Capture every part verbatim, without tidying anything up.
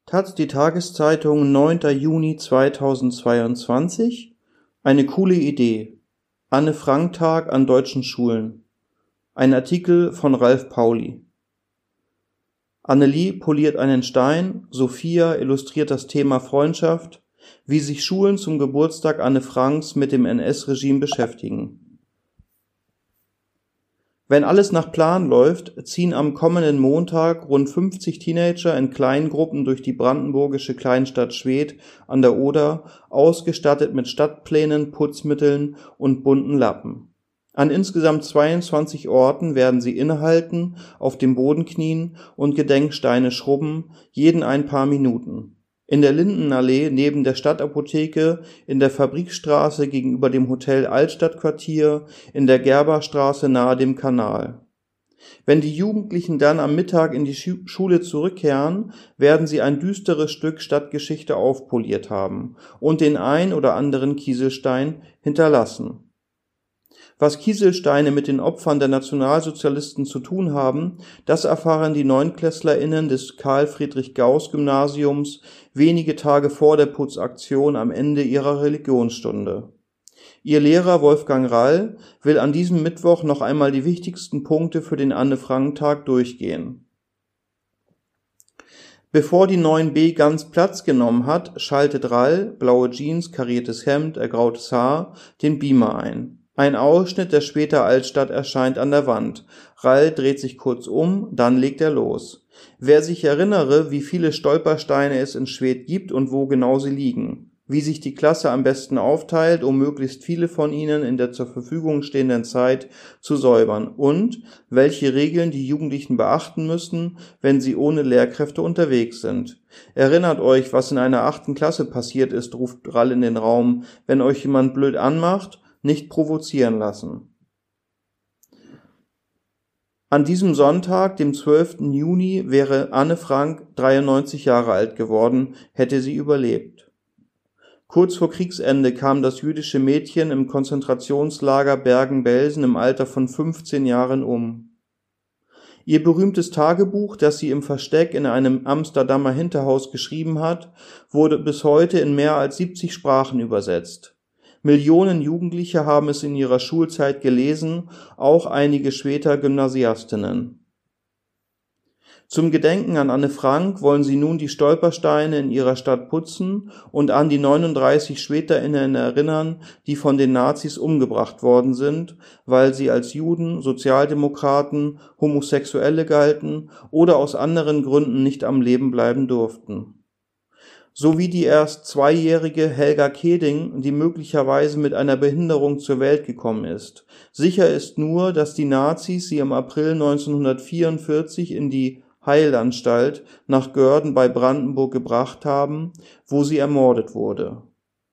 Taz, die Tageszeitung, neunter Juni zweitausendzweiundzwanzig. Eine coole Idee. Anne-Frank-Tag an deutschen Schulen. Ein Artikel von Ralf Pauli. Annelie poliert einen Stein, Sophia illustriert das Thema Freundschaft, wie sich Schulen zum Geburtstag Anne Franks mit dem N S-Regime beschäftigen. Wenn alles nach Plan läuft, ziehen am kommenden Montag rund fünfzig Teenager in kleinen Gruppen durch die brandenburgische Kleinstadt Schwedt an der Oder, ausgestattet mit Stadtplänen, Putzmitteln und bunten Lappen. An insgesamt zweiundzwanzig Orten werden sie innehalten, auf dem Boden knien und Gedenksteine schrubben, jeden ein paar Minuten. In der Lindenallee neben der Stadtapotheke, in der Fabrikstraße gegenüber dem Hotel Altstadtquartier, in der Gerberstraße nahe dem Kanal. Wenn die Jugendlichen dann am Mittag in die Schule zurückkehren, werden sie ein düsteres Stück Stadtgeschichte aufpoliert haben und den ein oder anderen Kieselstein hinterlassen. Was Kieselsteine mit den Opfern der Nationalsozialisten zu tun haben, das erfahren die NeunklässlerInnen des Karl-Friedrich-Gauß-Gymnasiums wenige Tage vor der Putzaktion am Ende ihrer Religionsstunde. Ihr Lehrer Wolfgang Rall will an diesem Mittwoch noch einmal die wichtigsten Punkte für den Anne-Frank-Tag durchgehen. Bevor die neun b ganz Platz genommen hat, schaltet Rall, blaue Jeans, kariertes Hemd, ergrautes Haar, den Beamer ein. Ein Ausschnitt der Schwedter Altstadt erscheint an der Wand. Rall dreht sich kurz um, dann legt er los. Wer sich erinnere, wie viele Stolpersteine es in Schwedt gibt und wo genau sie liegen, wie sich die Klasse am besten aufteilt, um möglichst viele von ihnen in der zur Verfügung stehenden Zeit zu säubern und welche Regeln die Jugendlichen beachten müssen, wenn sie ohne Lehrkräfte unterwegs sind. Erinnert euch, was in einer achten Klasse passiert ist, ruft Rall in den Raum. Wenn euch jemand blöd anmacht, nicht provozieren lassen. An diesem Sonntag, dem zwölften Juni, wäre Anne Frank dreiundneunzig Jahre alt geworden, hätte sie überlebt. Kurz vor Kriegsende kam das jüdische Mädchen im Konzentrationslager Bergen-Belsen im Alter von fünfzehn Jahren um. Ihr berühmtes Tagebuch, das sie im Versteck in einem Amsterdamer Hinterhaus geschrieben hat, wurde bis heute in mehr als siebzig Sprachen übersetzt. Millionen Jugendliche haben es in ihrer Schulzeit gelesen, auch einige später Gymnasiastinnen. Zum Gedenken an Anne Frank wollen sie nun die Stolpersteine in ihrer Stadt putzen und an die neununddreißig SchwedterInnen erinnern, die von den Nazis umgebracht worden sind, weil sie als Juden, Sozialdemokraten, Homosexuelle galten oder aus anderen Gründen nicht am Leben bleiben durften. Sowie die erst zweijährige Helga Keding, die möglicherweise mit einer Behinderung zur Welt gekommen ist. Sicher ist nur, dass die Nazis sie im April neunzehnhundertvierundvierzig in die Heilanstalt nach Görden bei Brandenburg gebracht haben, wo sie ermordet wurde.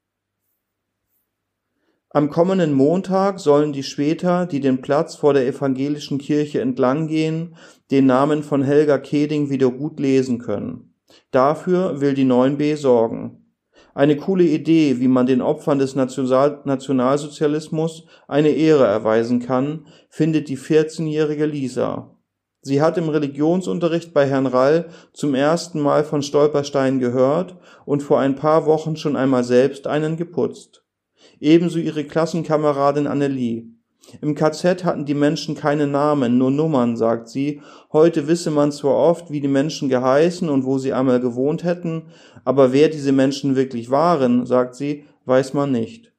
Am kommenden Montag sollen die Schwedter, die den Platz vor der evangelischen Kirche entlang gehen, den Namen von Helga Keding wieder gut lesen können. Dafür will die neun b sorgen. Eine coole Idee, wie man den Opfern des National- Nationalsozialismus eine Ehre erweisen kann, findet die vierzehnjährige Lisa. Sie hat im Religionsunterricht bei Herrn Rall zum ersten Mal von Stolpersteinen gehört und vor ein paar Wochen schon einmal selbst einen geputzt. Ebenso ihre Klassenkameradin Annelie. Im K Z hatten die Menschen keine Namen, nur Nummern, sagt sie. Heute wisse man zwar oft, wie die Menschen geheißen und wo sie einmal gewohnt hätten, aber wer diese Menschen wirklich waren, sagt sie, weiß man nicht.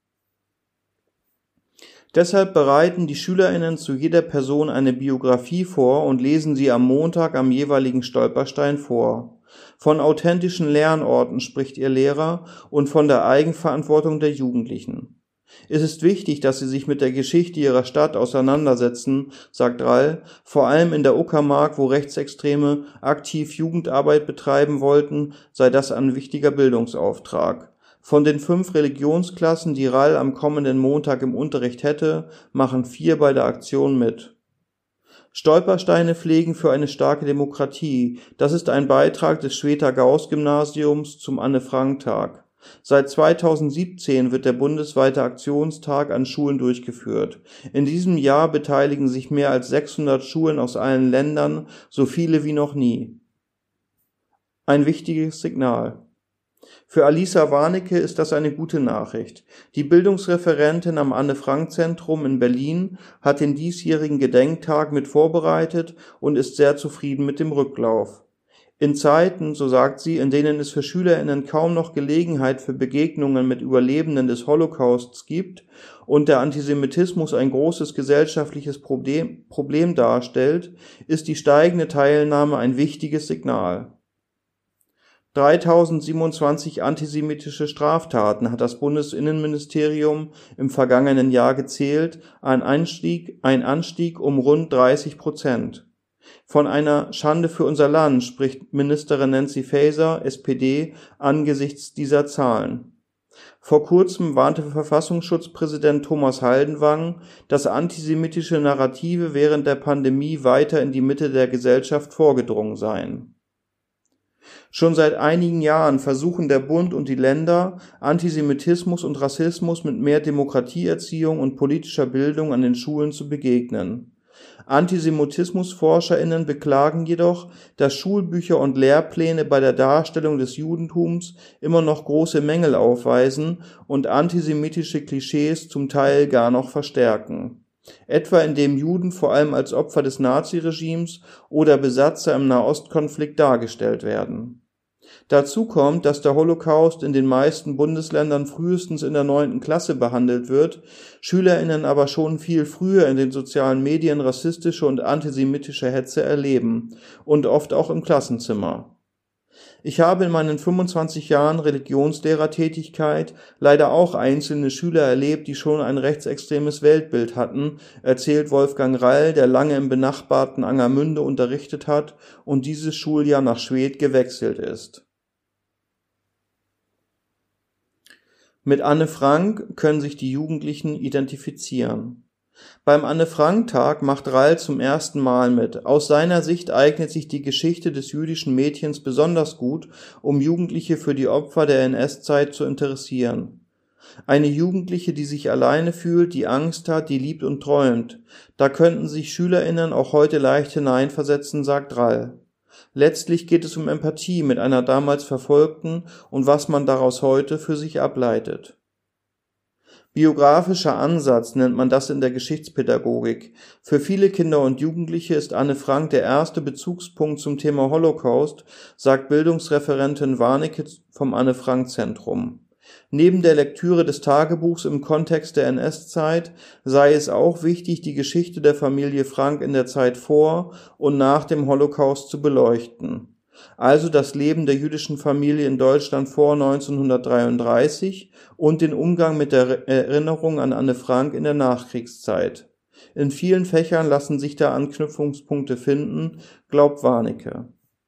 Deshalb bereiten die SchülerInnen zu jeder Person eine Biografie vor und lesen sie am Montag am jeweiligen Stolperstein vor. Von authentischen Lernorten spricht ihr Lehrer und von der Eigenverantwortung der Jugendlichen. Es ist wichtig, dass sie sich mit der Geschichte ihrer Stadt auseinandersetzen, sagt Rall, vor allem in der Uckermark, wo Rechtsextreme aktiv Jugendarbeit betreiben wollten, sei das ein wichtiger Bildungsauftrag. Von den fünf Religionsklassen, die Rall am kommenden Montag im Unterricht hätte, machen vier bei der Aktion mit. Stolpersteine pflegen für eine starke Demokratie, das ist ein Beitrag des Schwedter Gauß-Gymnasiums zum Anne-Frank-Tag. Seit zweitausendsiebzehn wird der bundesweite Aktionstag an Schulen durchgeführt. In diesem Jahr beteiligen sich mehr als sechshundert Schulen aus allen Ländern, so viele wie noch nie. ein wichtiges Signal. Für Alisa Warnecke ist das eine gute Nachricht. Die Bildungsreferentin am Anne-Frank-Zentrum in Berlin hat den diesjährigen Gedenktag mit vorbereitet und ist sehr zufrieden mit dem Rücklauf. In Zeiten, so sagt sie, in denen es für SchülerInnen kaum noch Gelegenheit für Begegnungen mit Überlebenden des Holocausts gibt und der Antisemitismus ein großes gesellschaftliches Problem, Problem darstellt, ist die steigende Teilnahme ein wichtiges Signal. dreitausendsiebenundzwanzig antisemitische Straftaten hat das Bundesinnenministerium im vergangenen Jahr gezählt, ein Anstieg, ein Anstieg um rund dreißig Prozent. Von einer Schande für unser Land spricht Ministerin Nancy Faeser, S P D, angesichts dieser Zahlen. Vor kurzem warnte Verfassungsschutzpräsident Thomas Haldenwang, dass antisemitische Narrative während der Pandemie weiter in die Mitte der Gesellschaft vorgedrungen seien. Schon seit einigen Jahren versuchen der Bund und die Länder, Antisemitismus und Rassismus mit mehr Demokratieerziehung und politischer Bildung an den Schulen zu begegnen. AntisemitismusforscherInnen beklagen jedoch, dass Schulbücher und Lehrpläne bei der Darstellung des Judentums immer noch große Mängel aufweisen und antisemitische Klischees zum Teil gar noch verstärken. Etwa indem Juden vor allem als Opfer des Naziregimes oder Besatzer im Nahostkonflikt dargestellt werden. Dazu kommt, dass der Holocaust in den meisten Bundesländern frühestens in der neunten Klasse behandelt wird, SchülerInnen aber schon viel früher in den sozialen Medien rassistische und antisemitische Hetze erleben und oft auch im Klassenzimmer. Ich habe in meinen fünfundzwanzig Jahren Religionslehrertätigkeit leider auch einzelne Schüler erlebt, die schon ein rechtsextremes Weltbild hatten, erzählt Wolfgang Rall, der lange im benachbarten Angermünde unterrichtet hat und dieses Schuljahr nach Schwedt gewechselt ist. Mit Anne Frank können sich die Jugendlichen identifizieren. Beim Anne-Frank-Tag macht Rall zum ersten Mal mit. Aus seiner Sicht eignet sich die Geschichte des jüdischen Mädchens besonders gut, um Jugendliche für die Opfer der N S-Zeit zu interessieren. Eine Jugendliche, die sich alleine fühlt, die Angst hat, die liebt und träumt. Da könnten sich SchülerInnen auch heute leicht hineinversetzen, sagt Rall. Letztlich geht es um Empathie mit einer damals Verfolgten und was man daraus heute für sich ableitet. Biografischer Ansatz nennt man das in der Geschichtspädagogik. Für viele Kinder und Jugendliche ist Anne Frank der erste Bezugspunkt zum Thema Holocaust, sagt Bildungsreferentin Warnecke vom Anne-Frank-Zentrum. Neben der Lektüre des Tagebuchs im Kontext der N S-Zeit sei es auch wichtig, die Geschichte der Familie Frank in der Zeit vor und nach dem Holocaust zu beleuchten. Also das Leben der jüdischen Familie in Deutschland vor neunzehnhundertdreiunddreißig und den Umgang mit der Erinnerung an Anne Frank in der Nachkriegszeit. In vielen Fächern lassen sich da Anknüpfungspunkte finden, glaubt Warnecke.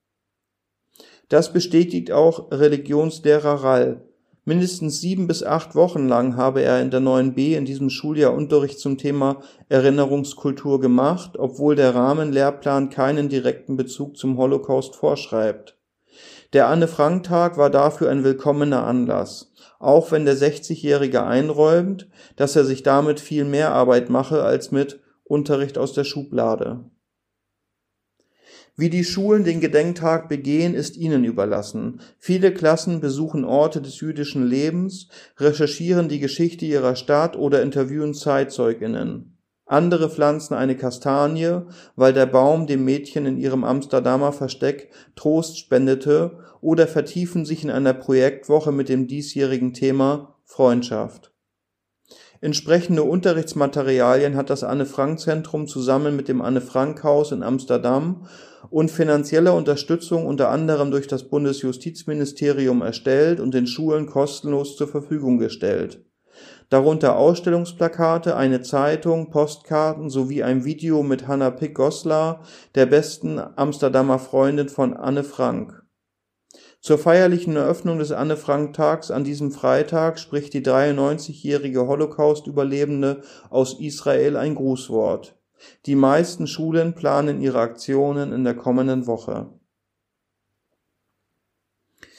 Das bestätigt auch Religionslehrer Rall. Mindestens sieben bis acht Wochen lang habe er in der neun b in diesem Schuljahr Unterricht zum Thema Erinnerungskultur gemacht, obwohl der Rahmenlehrplan keinen direkten Bezug zum Holocaust vorschreibt. Der Anne-Frank-Tag war dafür ein willkommener Anlass, auch wenn der sechzigjährige einräumt, dass er sich damit viel mehr Arbeit mache als mit Unterricht aus der Schublade. Wie die Schulen den Gedenktag begehen, ist ihnen überlassen. Viele Klassen besuchen Orte des jüdischen Lebens, recherchieren die Geschichte ihrer Stadt oder interviewen ZeitzeugInnen. Andere pflanzen eine Kastanie, weil der Baum dem Mädchen in ihrem Amsterdamer Versteck Trost spendete, oder vertiefen sich in einer Projektwoche mit dem diesjährigen Thema Freundschaft. Entsprechende Unterrichtsmaterialien hat das Anne-Frank-Zentrum zusammen mit dem Anne-Frank-Haus in Amsterdam und finanzieller Unterstützung unter anderem durch das Bundesjustizministerium erstellt und den Schulen kostenlos zur Verfügung gestellt. Darunter Ausstellungsplakate, eine Zeitung, Postkarten sowie ein Video mit Hannah Pick-Goslar, der besten Amsterdamer Freundin von Anne Frank. Zur feierlichen Eröffnung des Anne-Frank-Tags an diesem Freitag spricht die dreiundneunzigjährige Holocaust-Überlebende aus Israel ein Grußwort. Die meisten Schulen planen ihre Aktionen in der kommenden Woche.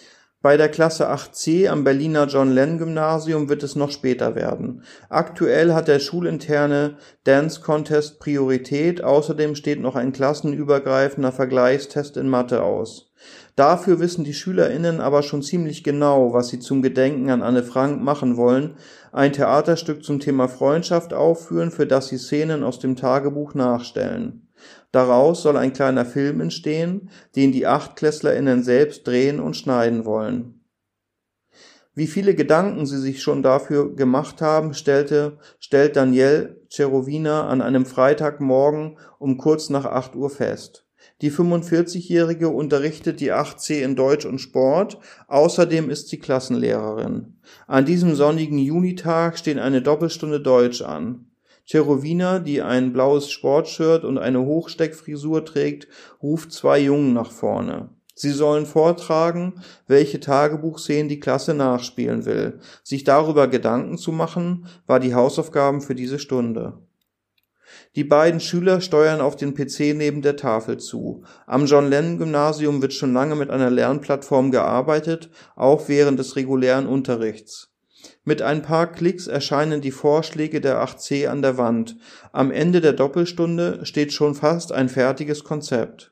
Bei der Klasse acht C am Berliner John-Lenn-Gymnasium wird es noch später werden. Aktuell hat der schulinterne Dance Contest Priorität, außerdem steht noch ein klassenübergreifender Vergleichstest in Mathe aus. Dafür wissen die SchülerInnen aber schon ziemlich genau, was sie zum Gedenken an Anne Frank machen wollen: ein Theaterstück zum Thema Freundschaft aufführen, für das sie Szenen aus dem Tagebuch nachstellen. Daraus soll ein kleiner Film entstehen, den die AchtklässlerInnen selbst drehen und schneiden wollen. Wie viele Gedanken sie sich schon dafür gemacht haben, stellte, stellt Danielle Cherowina an einem Freitagmorgen um kurz nach acht Uhr fest. Die fünfundvierzigjährige unterrichtet die acht C in Deutsch und Sport, außerdem ist sie Klassenlehrerin. An diesem sonnigen Junitag steht eine Doppelstunde Deutsch an. Cherowina, die ein blaues Sportshirt und eine Hochsteckfrisur trägt, ruft zwei Jungen nach vorne. Sie sollen vortragen, welche Tagebuchszenen die Klasse nachspielen will. Sich darüber Gedanken zu machen, war die Hausaufgabe für diese Stunde. Die beiden Schüler steuern auf den P C neben der Tafel zu. Am John-Lenn-Gymnasium wird schon lange mit einer Lernplattform gearbeitet, auch während des regulären Unterrichts. Mit ein paar Klicks erscheinen die Vorschläge der acht C an der Wand. Am Ende der Doppelstunde steht schon fast ein fertiges Konzept.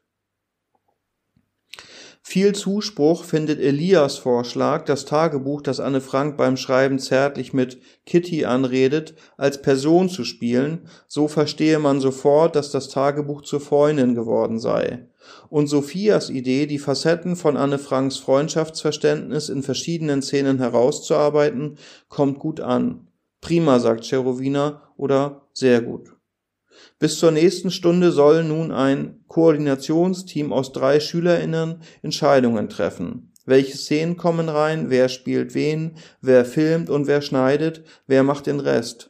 Viel Zuspruch findet Elias Vorschlag, das Tagebuch, das Anne Frank beim Schreiben zärtlich mit Kitty anredet, als Person zu spielen, so verstehe man sofort, dass das Tagebuch zur Freundin geworden sei. Und Sophias Idee, die Facetten von Anne Franks Freundschaftsverständnis in verschiedenen Szenen herauszuarbeiten, kommt gut an. Prima, sagt Cherowina, oder sehr gut. Bis zur nächsten Stunde soll nun ein Koordinationsteam aus drei SchülerInnen Entscheidungen treffen. Welche Szenen kommen rein, wer spielt wen, wer filmt und wer schneidet, wer macht den Rest?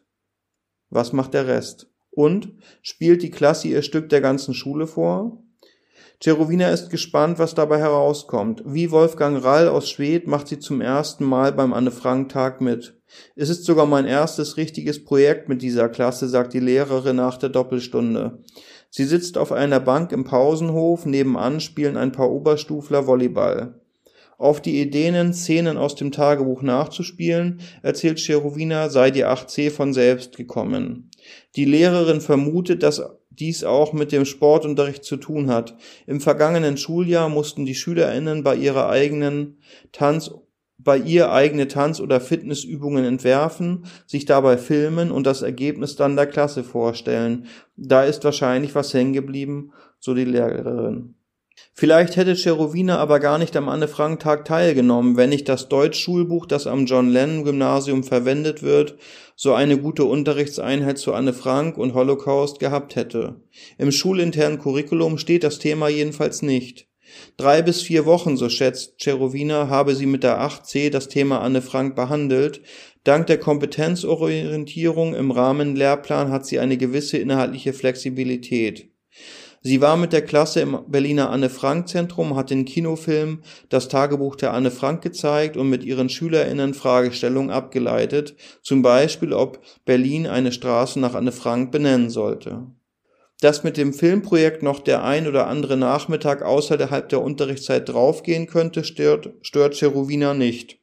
Was macht der Rest? Und, spielt die Klasse ihr Stück der ganzen Schule vor? Cherowina ist gespannt, was dabei herauskommt. Wie Wolfgang Rall aus Schwedt macht sie zum ersten Mal beim Anne-Frank-Tag mit. Es ist sogar mein erstes richtiges Projekt mit dieser Klasse, sagt die Lehrerin nach der Doppelstunde. Sie sitzt auf einer Bank im Pausenhof, nebenan spielen ein paar Oberstufler Volleyball. Auf die Ideen, Szenen aus dem Tagebuch nachzuspielen, erzählt Cherowina, sei die acht C von selbst gekommen. Die Lehrerin vermutet, dass dies auch mit dem Sportunterricht zu tun hat. Im vergangenen Schuljahr mussten die SchülerInnen bei ihrer eigenen Tanz bei ihr eigene Tanz- oder Fitnessübungen entwerfen, sich dabei filmen und das Ergebnis dann der Klasse vorstellen. Da ist wahrscheinlich was hängen geblieben, so die Lehrerin. Vielleicht hätte Cherowina aber gar nicht am Anne-Frank-Tag teilgenommen, wenn nicht das Deutschschulbuch, das am John-Lenn-Gymnasium verwendet wird, so eine gute Unterrichtseinheit zu Anne Frank und Holocaust gehabt hätte. Im schulinternen Curriculum steht das Thema jedenfalls nicht. Drei bis vier Wochen, so schätzt Cherowina, habe sie mit der acht C das Thema Anne Frank behandelt. Dank der Kompetenzorientierung im Rahmenlehrplan hat sie eine gewisse inhaltliche Flexibilität. Sie war mit der Klasse im Berliner Anne-Frank-Zentrum, hat den Kinofilm Das Tagebuch der Anne Frank gezeigt und mit ihren SchülerInnen Fragestellungen abgeleitet, zum Beispiel, ob Berlin eine Straße nach Anne Frank benennen sollte. Dass mit dem Filmprojekt noch der ein oder andere Nachmittag außerhalb der Unterrichtszeit draufgehen könnte, stört, stört Cherowina nicht.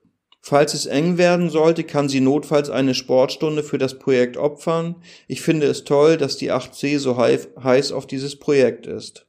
Falls es eng werden sollte, kann sie notfalls eine Sportstunde für das Projekt opfern. Ich finde es toll, dass die acht C so heiß auf dieses Projekt ist.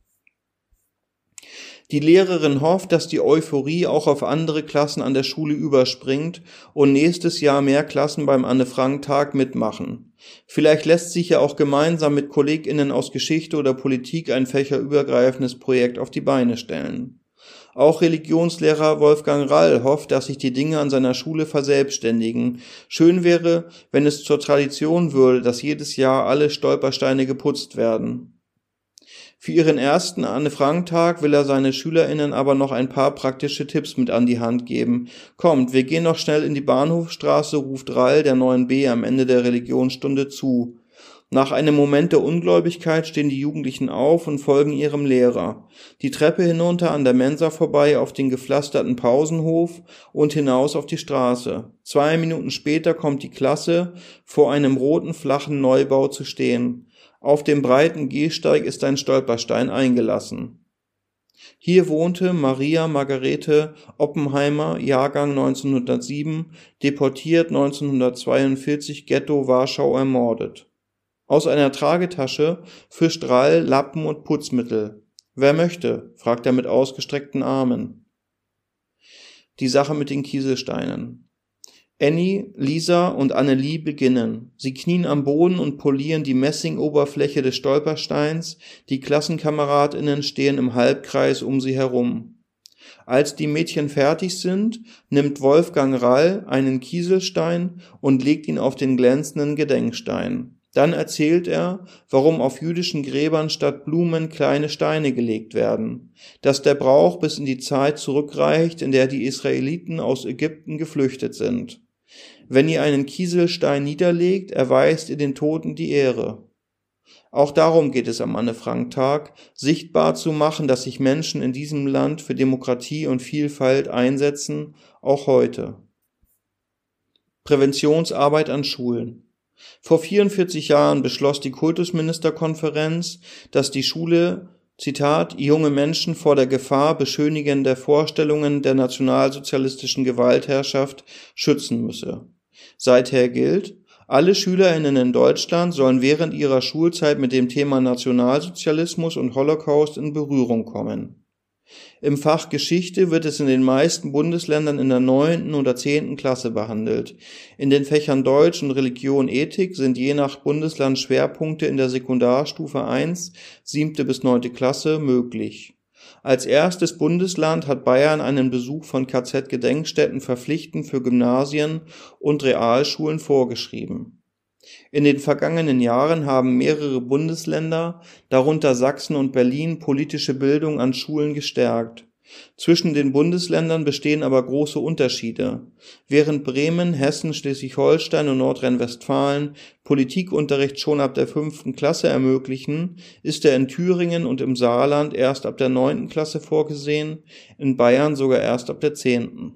Die Lehrerin hofft, dass die Euphorie auch auf andere Klassen an der Schule überspringt und nächstes Jahr mehr Klassen beim Anne-Frank-Tag mitmachen. Vielleicht lässt sich ja auch gemeinsam mit KollegInnen aus Geschichte oder Politik ein fächerübergreifendes Projekt auf die Beine stellen. Auch Religionslehrer Wolfgang Rall hofft, dass sich die Dinge an seiner Schule verselbstständigen. Schön wäre, wenn es zur Tradition würde, dass jedes Jahr alle Stolpersteine geputzt werden. Für ihren ersten Anne-Frank-Tag will er seine SchülerInnen aber noch ein paar praktische Tipps mit an die Hand geben. Kommt, wir gehen noch schnell in die Bahnhofstraße, ruft Rall der neun B am Ende der Religionsstunde zu. Nach einem Moment der Ungläubigkeit stehen die Jugendlichen auf und folgen ihrem Lehrer. Die Treppe hinunter an der Mensa vorbei auf den gepflasterten Pausenhof und hinaus auf die Straße. Zwei Minuten später kommt die Klasse vor einem roten, flachen Neubau zu stehen. Auf dem breiten Gehsteig ist ein Stolperstein eingelassen. Hier wohnte Maria Margarete Oppenheimer, Jahrgang neunzehnhundertsieben, deportiert neunzehnhundertzweiundvierzig, Ghetto Warschau ermordet. Aus einer Tragetasche fischt Rall Lappen und Putzmittel. »Wer möchte?« fragt er mit ausgestreckten Armen. Die Sache mit den Kieselsteinen. Annie, Lisa und Annelie beginnen. Sie knien am Boden und polieren die Messingoberfläche des Stolpersteins, die KlassenkameradInnen stehen im Halbkreis um sie herum. Als die Mädchen fertig sind, nimmt Wolfgang Rall einen Kieselstein und legt ihn auf den glänzenden Gedenkstein. Dann erzählt er, warum auf jüdischen Gräbern statt Blumen kleine Steine gelegt werden, dass der Brauch bis in die Zeit zurückreicht, in der die Israeliten aus Ägypten geflüchtet sind. Wenn ihr einen Kieselstein niederlegt, erweist ihr den Toten die Ehre. Auch darum geht es am Anne-Frank-Tag, sichtbar zu machen, dass sich Menschen in diesem Land für Demokratie und Vielfalt einsetzen, auch heute. Präventionsarbeit an Schulen. Vor vierundvierzig Jahren beschloss die Kultusministerkonferenz, dass die Schule, Zitat, junge Menschen vor der Gefahr beschönigender Vorstellungen der nationalsozialistischen Gewaltherrschaft schützen müsse. Seither gilt, alle SchülerInnen in Deutschland sollen während ihrer Schulzeit mit dem Thema Nationalsozialismus und Holocaust in Berührung kommen. Im Fach Geschichte wird es in den meisten Bundesländern in der neunten oder zehnten Klasse behandelt. In den Fächern Deutsch und Religion Ethik sind je nach Bundesland Schwerpunkte in der Sekundarstufe eins, siebte bis neunte Klasse, möglich. Als erstes Bundesland hat Bayern einen Besuch von K Z-Gedenkstätten verpflichtend für Gymnasien und Realschulen vorgeschrieben. In den vergangenen Jahren haben mehrere Bundesländer, darunter Sachsen und Berlin, politische Bildung an Schulen gestärkt. Zwischen den Bundesländern bestehen aber große Unterschiede. Während Bremen, Hessen, Schleswig-Holstein und Nordrhein-Westfalen Politikunterricht schon ab der fünften Klasse ermöglichen, ist er in Thüringen und im Saarland erst ab der neunten Klasse vorgesehen, in Bayern sogar erst ab der zehnten